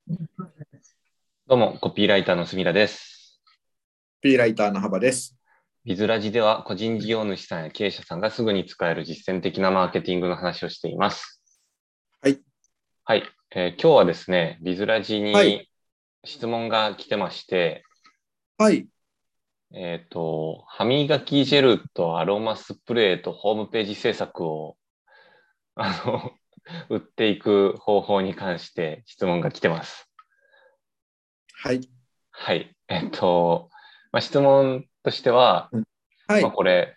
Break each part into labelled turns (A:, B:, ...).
A: どうも、コピーライターの杉田です。
B: P ライターの幅です。
A: ビズラジでは個人事業主さんや経営者さんがすぐに使える実践的なマーケティングの話をしています。
B: はい。
A: はい。今日はですね、ビズラジ
B: はい。
A: に質問が来てまして、
B: はい。
A: 歯磨きジェルとアロマスプレーとホームページ制作を、あの、売っていく方法に関して質問が来てます。
B: はい。
A: はい。質問としては、
B: はい。
A: これ、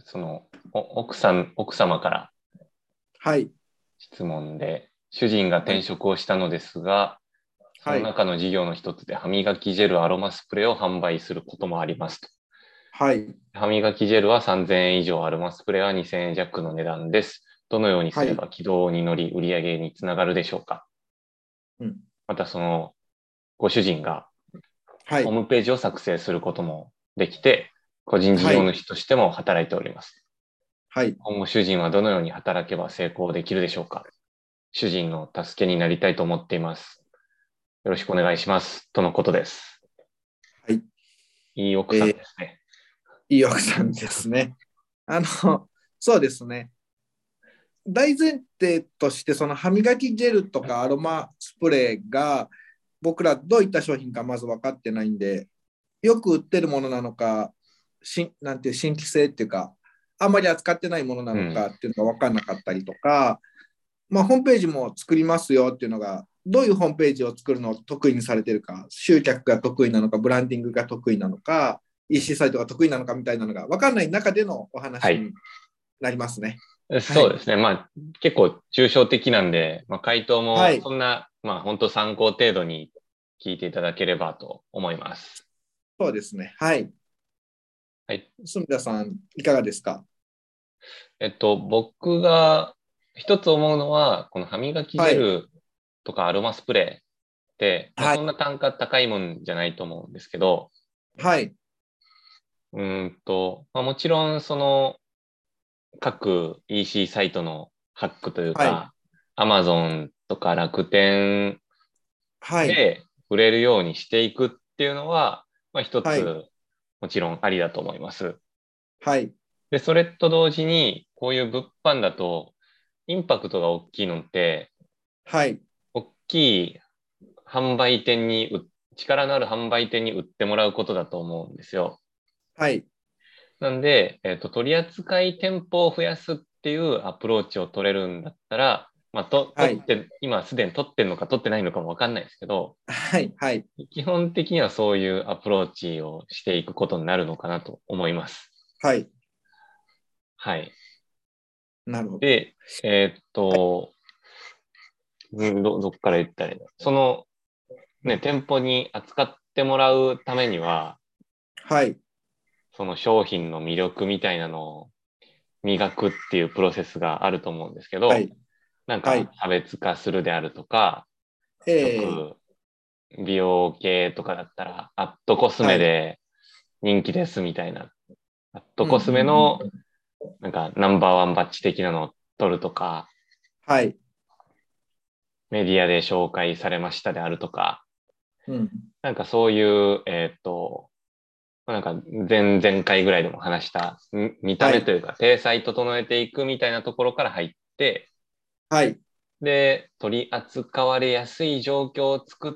A: 奥様から
B: はい。
A: 質問で、主人が
B: はい。
A: 転職をしたのですが、その
B: はい。
A: 中の事業の一つで歯磨きジェルアロマスプレーを販売することもありますと。
B: はい。
A: 歯磨きジェルは3000円以上、アロマスプレーは2000円弱の値段です。どのようにす
B: はい。
A: れば軌道に乗り、売上につながるでしょうか。
B: うん。
A: またご主人が
B: はい。
A: ホームページを作成することもできて、個人事
B: はい。
A: 業主としても働いております。
B: はい。
A: 今後主人はどのように働けば成功できるでしょうか。主人の助けになりたいと思っています。よろしくお願いします。とのことです。
B: はい。
A: いい奥さん
B: え
A: ですね。
B: いい奥さんですね。あの、そうですね。大前提として、その歯磨きジェルとかアロマスプレーが、僕らどういった商品かまず分かってないんで、よく売ってるものなのか、なんていう新規性っていうか、あんまり扱ってないものなの
A: うん。
B: かっていうのが分からなかったりとか、ホームページも作りますよっていうのが、どういうホームページを作るのを得意にされてるか、集客が得意なのか、ブランディングが得意なのか、EC サイトが得意なのかみたいなのが分かんない中でのお
A: はい。
B: 話になりますね。はい。
A: そうですね。結構抽象的なんで、回答も
B: はい。
A: そんな、本当参考程度に聞いていただければと思います。
B: そうですね。はい。
A: はい。
B: 住田さん、いかがですか？
A: 僕が一つ思うのは、この歯磨きジ
B: はい。
A: ェルとかアロマスプレーって、
B: はい。
A: そんな単価高いもんじゃないと思うんですけど、
B: はい。
A: もちろん各 EC サイトのハックという
B: はい。
A: か、Amazon とか楽天
B: はい。
A: で売れるようにしていくっていうのは、一
B: はい。
A: つもちろんありだと思います。
B: はい。
A: で、それと同時に、こういう物販だと、インパクトが大きいのって、
B: はい。
A: 大きい販売店に力のある販売店に売ってもらうことだと思うんですよ。
B: はい。
A: なんで、取扱店舗を増やすっていうアプローチを取れるんだったら、
B: はい。
A: 今すでに取ってるのか取ってないのかもわかんないですけど、
B: はい。はい。
A: 基本的にはそういうアプローチをしていくことになるのかなと思います。
B: はい。
A: はい。
B: なるほど。
A: で、えーっと、どっから言ったらいいのね、店舗に扱ってもらうためには、
B: はい。
A: その商品の魅力みたいなのを磨くっていうプロセスがあると思うんですけど、
B: はい。
A: なん
B: はい。
A: か差別化するであるとか、よ
B: えー、
A: く美容系とかだったら、アットコス
B: はい。
A: メで人気ですみたいな、アット
B: うん。うん。
A: コスメの
B: うん。
A: なんかナンバーワンバッジ的なのを取るとか、
B: はい。
A: メディアで紹介されましたであるとか、
B: うん。
A: なんかそういう、なんか前々回ぐらいでも話した見た
B: はい。
A: 目というか、体裁整えていくみたいなところから入って、
B: はい。
A: で、取り扱われやすい状況を作って、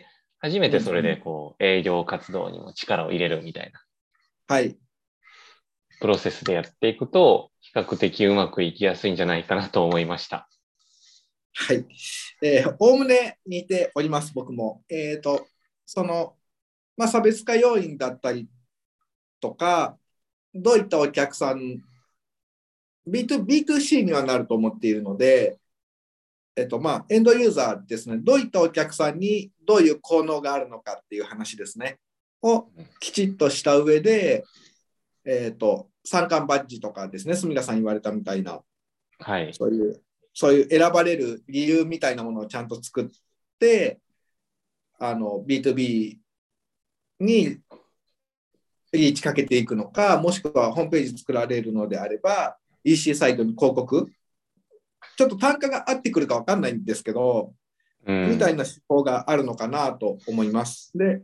A: 初め
B: うん。う
A: てそれで
B: ん。
A: こう営業活動にも力を入れるみたいな
B: はい。
A: プロセスでやっていくと、比較的うまくいきやすいんじゃないかなと思いました。
B: はい。おおむね似ております、僕も。その、差別化要因だったりとか、どういったお客さん、B2C にはなると思っているので、エンドユーザーですね、どういったお客さんにどういう効能があるのかっていう話ですね、をきちっとした上で、三冠バッジとかですね、住田さん言われたみたいな、
A: はい。
B: そういう、そういう選ばれる理由みたいなものをちゃんと作って、B2B にリーチかけていくのか、もしくはホームページ作られるのであれば、EC サイトに広告、ちょっと単価が合ってくるか分かんないんですけど、 みたいな手法があるのかなと思います。で、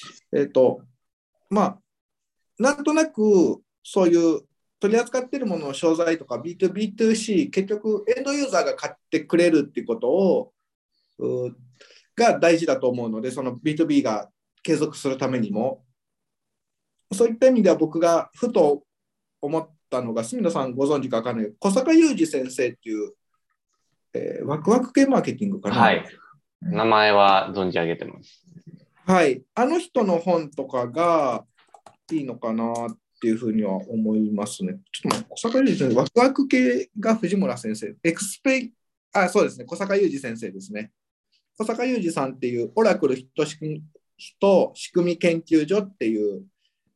B: まあ、なんとなくそういう取り扱っているものの商材とか B2B2C、結局エンドユーザーが買ってくれるっていうことをが大事だと思うので、その B2B が継続するためにも、そういった意味では僕がふと思ったのが、住田さんご存知か分からない、小坂雄二先生っていう、ワクワク系マーケティングかな。
A: はい。名前は存じ上げてます。
B: はい。あの人の本とかがいいのかなっていうふうには思いますね。ちょっと待って、小坂雄二先生、ワクワク系が藤村先生。そうですね、小坂雄二先生ですね。小坂雄二さんっていうオラクル人仕組み研究所っていう、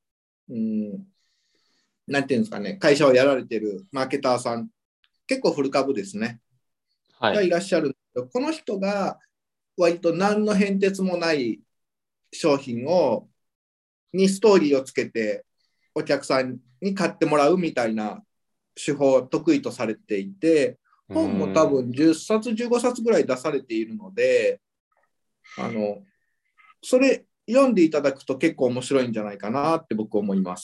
B: なんていうんですかね、会社をやられてるマーケターさん、結構古株ですね、
A: はい、
B: がいらっしゃるんですけど、この人が割と何の変哲もない商品にストーリーをつけてお客さんに買ってもらうみたいな手法を得意とされていて、本も多分10冊、15冊ぐらい出されているので、それ読んでいただくと結構面白いんじゃないかなって僕思います。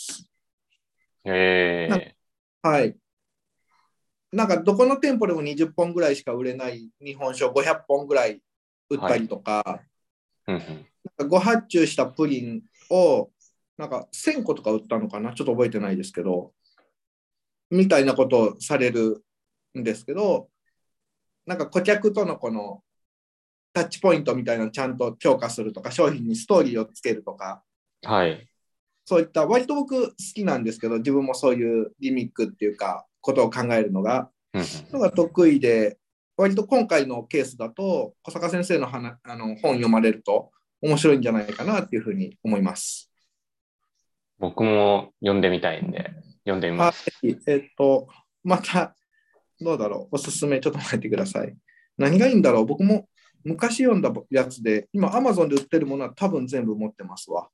B: はい。なんかどこの店舗でも20本ぐらいしか売れない日本酒を500本ぐらい売ったりとか、なんかご発注したプリンをなんか1000個とか売ったのかな、ちょっと覚えてないですけど、みたいなことをされるんですけど、なんか顧客とのこのタッチポイントみたいなのをちゃんと強化するとか、商品にストーリーをつけるとか、
A: はい、
B: そういった割と僕好きなんですけど、自分もそういうギミックっていうかことを考えるのが得意で、割と今回のケースだと小坂先生の本読まれると面白いんじゃないかなっていうふうに思います。
A: 僕も読んでみたいんで読んでみます。
B: またどうだろう、おすすめちょっと待ってください。何がいいんだろう、僕も昔読んだやつで、今 Amazon で売ってるものは多分全部持ってますわ。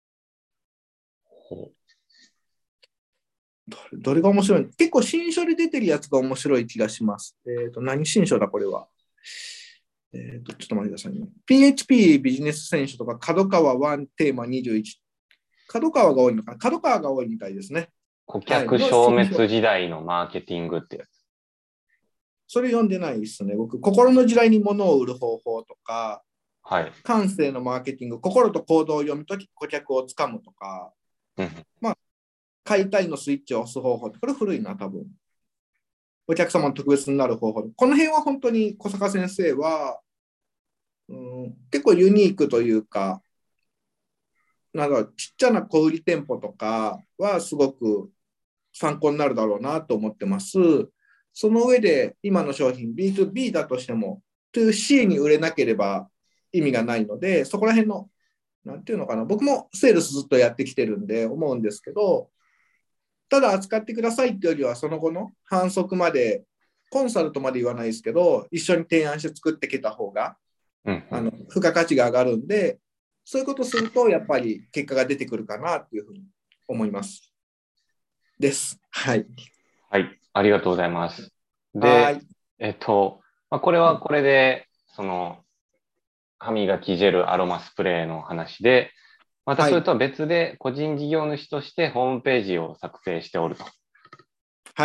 B: どれが面白い？結構新書で出てるやつが面白い気がします。何新書だこれは。ちょっと待ってくださいね。PHP ビジネス選手とか、角川1テーマ21。角川が多いのかな、角川が多いみたいですね。
A: 顧客消滅時代のマーケティングってやつ。
B: それ読んでないですね。僕、心の時代に物を売る方法とか、
A: はい、
B: 感性のマーケティング、心と行動を読み解き、顧客をつかむとか、まあ、買いたいのスイッチを押す方法、これ古いな、多分。お客様の特別になる方法。この辺は本当に小坂先生は、結構ユニークというか、なんかちっちゃな小売店舗とかはすごく参考になるだろうなと思ってます。その上で今の商品 B2B だとしても 2C に売れなければ意味がないので、そこら辺のなんていうのかな、僕もセールスずっとやってきてるんで思うんですけど、ただ扱ってくださいっていうよりはその後の販促まで、コンサルとまで言わないですけど、一緒に提案して作ってきた方が付加価値が上がるんで、そういうことするとやっぱり結果が出てくるかなっていうふうに思います。です。はい。
A: はい、ありがとうございます。で、これはこれで、その、歯磨きジェルアロマスプレーの話で、またそれとは別で個人事業主としてホームページを作成しておると。
B: はい。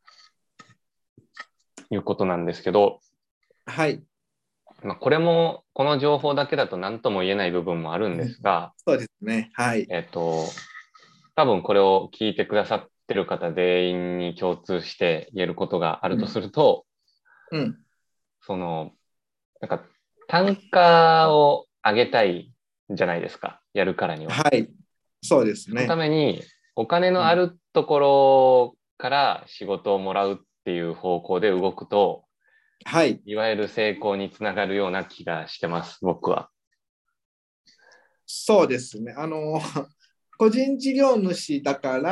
A: いうことなんですけど、
B: はい。
A: これもこの情報だけだと何とも言えない部分もあるんですが、
B: そうですね。はい。
A: 多分これを聞いてくださってる方全員に共通して言えることがあるとすると、その、なんか単価を上げたいんじゃないですか、やるからには。
B: はい。そうですね。
A: そのためにお金のあるところから仕事をもらうっていう方向で動くと、
B: はい。
A: いわゆる成功につながるような気がしてます、僕は。
B: そうですね。個人事業主だから、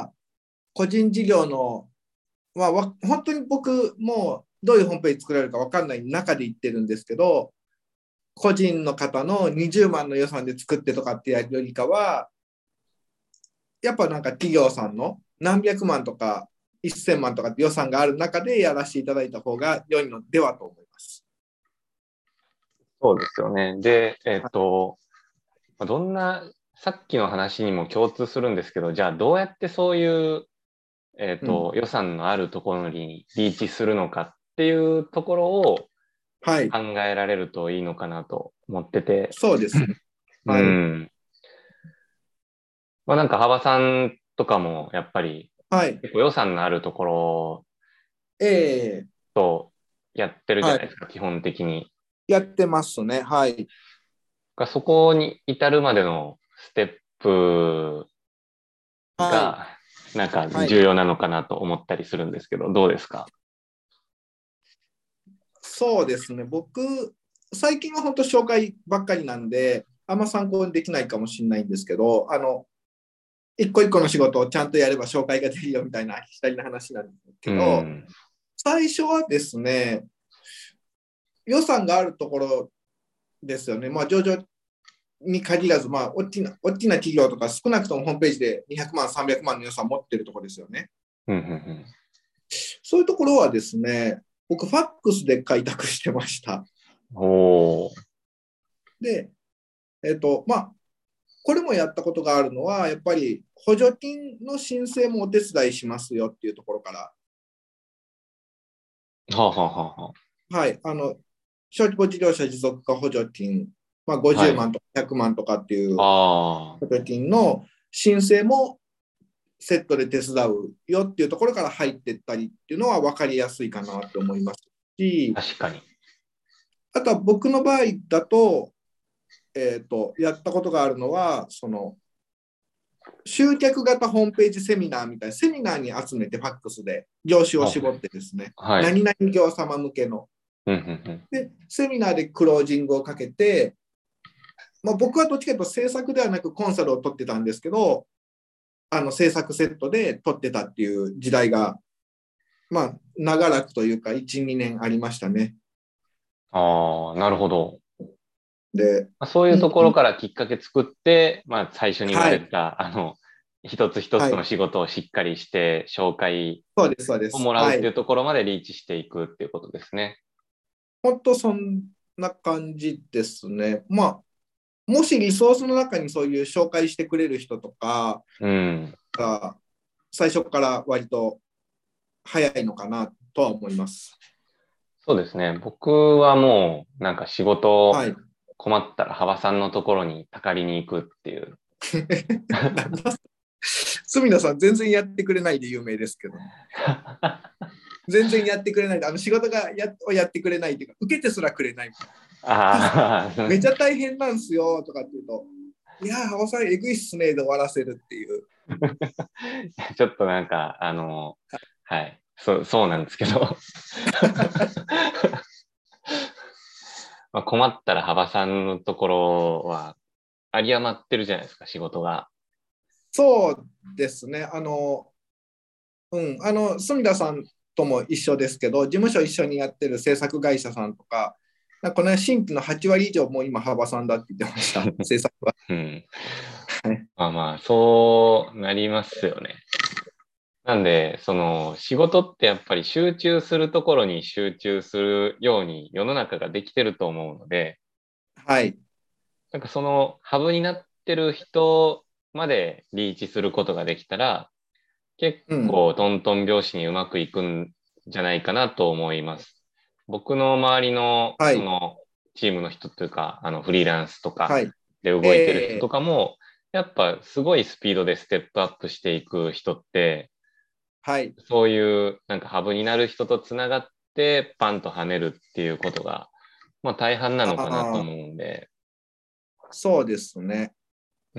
B: 個人事業の、本当に僕もどういうホームページ作られるか分かんない中で言ってるんですけど、個人の方の20万の予算で作ってとかってやるよりかは、やっぱなんか企業さんの何百万とか1000万とかって予算がある中でやらせていただいた方が良いのではと思います。
A: そうですよね。で、どんな、さっきの話にも共通するんですけど、じゃあどうやってそういう、
B: うん。
A: 予算のあるところにリーチするのかっていうところを
B: はい。
A: 考えられるといいのかなと思ってて、
B: そうですね。
A: う
B: はい。
A: ん。まあなんか幅さんとかもやっぱり
B: はい。
A: 結構予算のあるところ
B: ええ、
A: とやってるじゃ
B: はい。
A: ないですか、基本的に。
B: やってますね。はい。
A: そこに至るまでのステップ
B: はい。
A: がなんか
B: はい。
A: 重要なのかなと思ったりするんですけど、どうですか？
B: そうですね。僕、最近は本当紹介ばっかりなんで、あんま参考にできないかもしれないんですけど、一個一個の仕事をちゃんとやれば紹介ができるよみたいな、きたりな話なんです
A: う
B: けど、
A: ん。
B: 最初はですね、予算があるところですよね。まあ、上場に限らず、まあ、大きな企業とか少なくともホームページで200万、300万の予算を持ってるところですよね。
A: うん、うん、
B: そういうところはですね、僕、ファックスで開拓してました。
A: うん。おー。
B: で、まあ、これもやったことがあるのは、やっぱり補助金の申請もお手伝いしますよっていうところから、
A: はあ、はあはあは
B: はい、小規模事業者持続化補助金、まあ、
A: あ、は
B: 50
A: い。
B: 万とか100万とかっていう
A: あ
B: 補助金の申請もセットで手伝うよっていうところから入っていったりっていうのは分かりやすいかなと思います
A: あ、
B: し、
A: 確かに。
B: あとは僕の場合だと、やったことがあるのは、集客型ホームページセミナーみたいな、セミナーに集めてファックスで業種を
A: あ、
B: 絞ってですね、
A: はい。
B: 何々業様向けの。
A: うん、うん、うん。
B: で、セミナーでクロージングをかけて、まあ、僕はどっちかというと制作ではなくコンサルを取ってたんですけど、制作セットで取ってたっていう時代が、まあ、長らくというか、1、2年ありましたね。
A: ああ、なるほど。
B: で、
A: まあ、そういうところ
B: うん、
A: からきっかけ作って、まあ、最初に言わ
B: はい、
A: れた、一つ一つの
B: はい、
A: 仕事をしっかりして紹介
B: そうです、そうです。
A: をもらう
B: はい。
A: っていうところまでリーチしていくっていうことですね。
B: 本当そんな感じですね。まあ、もしリソースの中にそういう紹介してくれる人とか
A: うん。
B: が最初から割と早いのかなとは思います。
A: そうですね。僕はもう、なんか仕事
B: はい。
A: 困ったら幅さんのところにたかりに行くっていう。
B: 住田さん、全然やってくれないで有名ですけどね。全然やってくれないで、仕事をやってくれないっていうか、受けてすらくれないみたいな。
A: ああ、
B: めちゃ大変なんすよとかって言うと、いやー、浜さん、えぐいっすねで終わらせるっていう。
A: ちょっとなんか、はい。そうなんですけど。まあ、困ったら幅さんのところは有り余ってるじゃないですか、仕事が。
B: そうですね。住田さんとも一緒ですけど、事務所一緒にやってる制作会社さんとか、この新規の8割以上もう今、幅さんだって言ってました、制作は。
A: うん。
B: はい。
A: まあまあ、そうなりますよね。なんで、その仕事ってやっぱり集中するところに集中するように世の中ができてると思うので、
B: はい。
A: なんかそのハブになってる人までリーチすることができたら、結
B: うん。
A: 構トントン拍子にうまくいくんじゃないかなと思います。僕の周りの
B: はい。
A: そのチームの人というか、フリーランスとか
B: はい。
A: で動いてる人と
B: え
A: かも、やっぱすごいスピードでステップアップしていく人って、
B: はい。
A: そういうなんかハブになる人とつながってパンと跳ねるっていうことが、まあ大半な
B: あ
A: のかなと
B: あ、
A: 思うんで、
B: そうですね。
A: うん。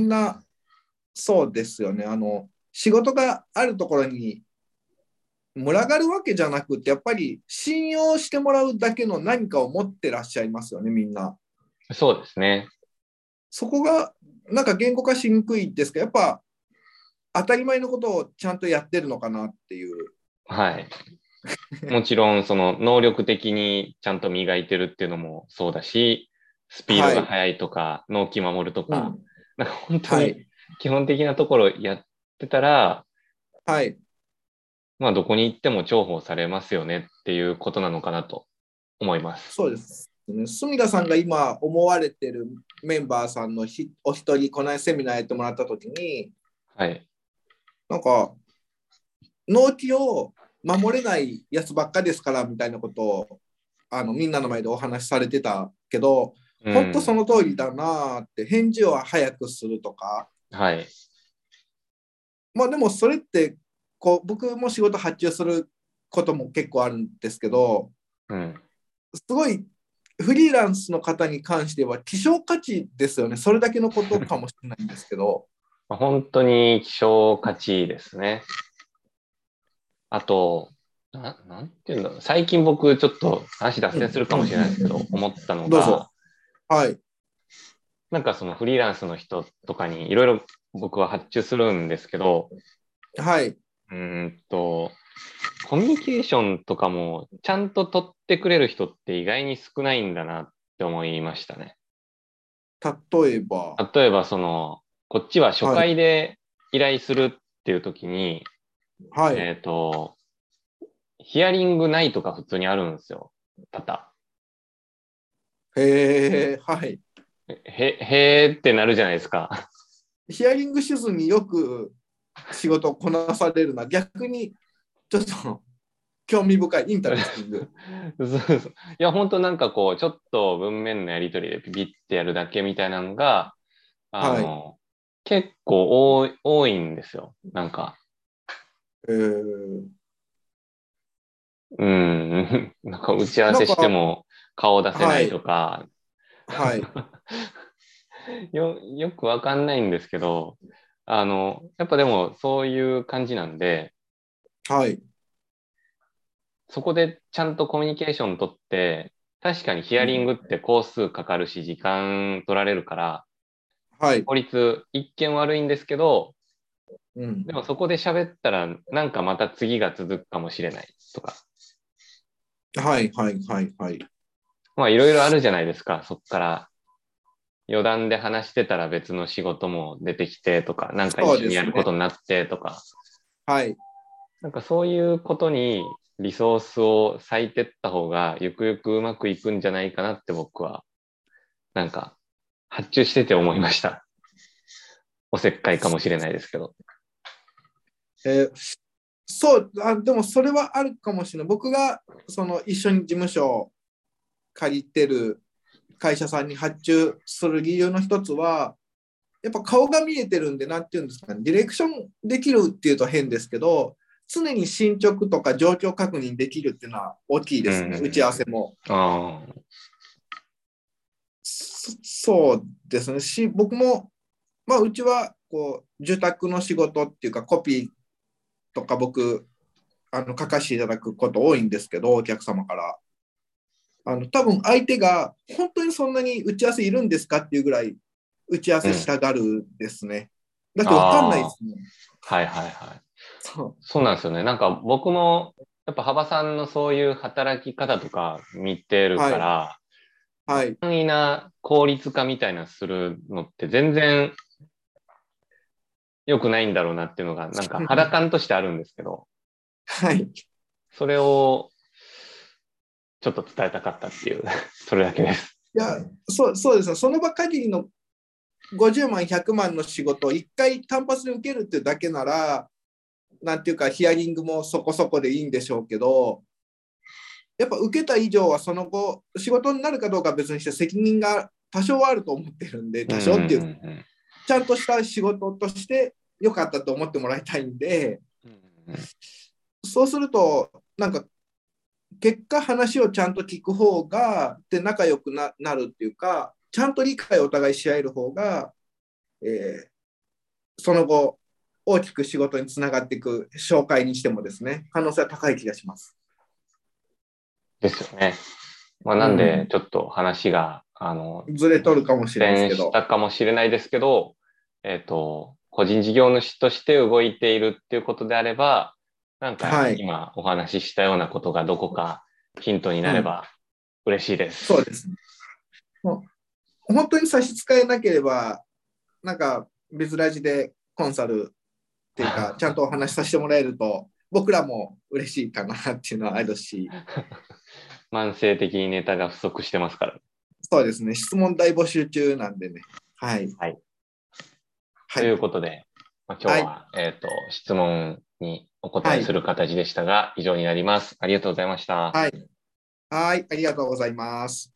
B: みんな、そうですよね。仕事があるところに群がるわけじゃなくて、やっぱり信用してもらうだけの何かを持ってらっしゃいますよね、みんな。
A: そうですね。
B: そこが、なんか言語化しにくいですけど、やっぱ当たり前のことをちゃんとやってるのかなっていう。
A: はい。もちろん、その能力的にちゃんと磨いてるっていうのもそうだし、スピード
B: はい。
A: が速いとか、納期守るとか、
B: うん。
A: なんか本当に
B: はい。
A: 基本的なところやってたら、
B: はい。
A: まあどこに行っても重宝されますよねっていうことなのかなと思います。
B: そうです。 ね。住田さんが今思われてるメンバーさんのお一人、この間セミナーやってもらった時に、
A: はい。
B: なんか、納期を守れないやつばっかですからみたいなことをみんなの前でお話しされてたけど、本当そ
A: うん。
B: の通りだなって、返事を早くするとか、
A: はい。
B: まあでもそれってこう僕も仕事発注することも結構あるんですけど、
A: うん。
B: すごいフリーランスの方に関しては希少価値ですよね。それだけのことかもしれないんですけど。
A: 本当に希少価値ですね。あと、なんていうんだろう。最近僕ちょっと話脱
B: うん
A: 線するかもしれないですけど、思ったの
B: どうぞ。
A: が、
B: はい。
A: なんかそのフリーランスの人とかにいろいろ僕は発注するんですけど、
B: はい。
A: うーんと、コミュニケーションとかもちゃんと取ってくれる人って意外に少ないんだなって思いましたね。
B: 例えば、
A: 例えばその、こっちは初
B: はい。
A: 回で依頼するっていう時に、
B: はい。
A: えっと、ヒアリングないとか普通にあるんですよ。多々。
B: へえ、はい。
A: へーってなるじゃないですか。
B: ヒアリングしずによく仕事をこなされるのは逆にちょっと興味深い、インタレスティング。
A: そうそう。いや、本当なんかこう、ちょっと文面のやり取りでピピってやるだけみたいなのが、あ
B: はい。
A: の、結構多いんですよ。なんか、
B: えー、
A: うん、なんか打ち合わせして
B: なんか、
A: も顔出せない
B: はい、
A: とか、
B: はい、
A: よくわかんないんですけど、やっぱでもそういう感じなんで、
B: はい、
A: そこでちゃんとコミュニケーション取って、確かにヒアリングって工数かかるし、時間取られるから、
B: はい、
A: 効率一見悪いんですけど、
B: うん、
A: でもそこで喋ったら、なんかまた次が続くかもしれないとか、
B: はい、はい、はい、はい。
A: まあいろいろあるじゃないですか、そこから余談で話してたら別の仕事も出てきてとか、なんか一
B: そう
A: 緒にや
B: ですね。
A: ることになってとか、
B: はい。
A: なんかそういうことにリソースを割いてった方がゆくゆくうまくいくんじゃないかなって僕はなんか発注してて思いました。おせっかいかもしれないですけど。
B: えーそうでもそれはあるかもしれない。僕がその一緒に事務所を借りてる会社さんに発注する理由の一つは、やっぱ顔が見えてるんで、なんていうんですかね、ディレクションできるっていうと変ですけど、常に進捗とか状況確認できるっていうのは大きい
A: う
B: ですね、打ち合わせ
A: ん。
B: も。
A: あ
B: そうですね、僕も、まあ、うちはこう受託の仕事っていうか、コピーとか僕、書かせていただくこと多いんですけど、お客様から。多分相手が本当にそんなに打ち合わせいるんですかっていうぐらい打ち合わ
A: うん。
B: せしたがるですね。だって分かんないで
A: ああ。
B: すもん。
A: はいはいはい。
B: そ
A: そうなんですよね。なんか僕もやっぱ幅さんのそういう働き方とか見て
B: う。
A: る
B: はい。
A: から、
B: はい。
A: 安易な効率化みたいなするのって全然良くないんだろうなっていうのが、なんか肌感としてあるんですけど、
B: はい。い
A: それをちょっと伝えたかったっていう、それだけです。
B: や、そうですね。その場限りの50万、100万の仕事を1回単発で受けるっていうだけなら、なんていうか、ヒアリングもそこそこでいいんでしょうけど、やっぱ受けた以上はその後、仕事になるかどうかは別にして責任が多少はあると思ってるんで、
A: うんう
B: 多少っていうか、
A: ん
B: ちゃんとした仕事として良かったと思ってもらいたいんで、
A: うんうん。
B: そうすると、なんか結果話をちゃんと聞く方が、で仲良くなるっていうか、ちゃんと理解をお互いし合える方が、えその後、大きく仕事につながっていく紹介にしてもですね、可能性は高い気がします。
A: ですよね。まあ、なんで、
B: うん。
A: ちょっと話が、
B: ずれとるかもしれないです
A: 転
B: けど。
A: したかもしれないですけど、個人事業主として動いているっていうことであれば、なんか
B: はい。
A: 今お話ししたようなことがどこかヒントに
B: うん。
A: なれば嬉しいです。
B: そうですね。もう本当に差し支えなければ、なんか別ラジでコンサルっていうか、ちゃんとお話しさせてもらえると僕らも嬉しいかなっていうのはあるし、
A: 慢性的にネタが不足してますから。
B: そうですね、質問大募集中なんでね。はい。
A: はい。
B: はい。
A: ということで、今日
B: はい。
A: は、質問にお答
B: はい。
A: えする形でしたが、以上になります。ありがとうございました。
B: はい。はい。ありがとうございます。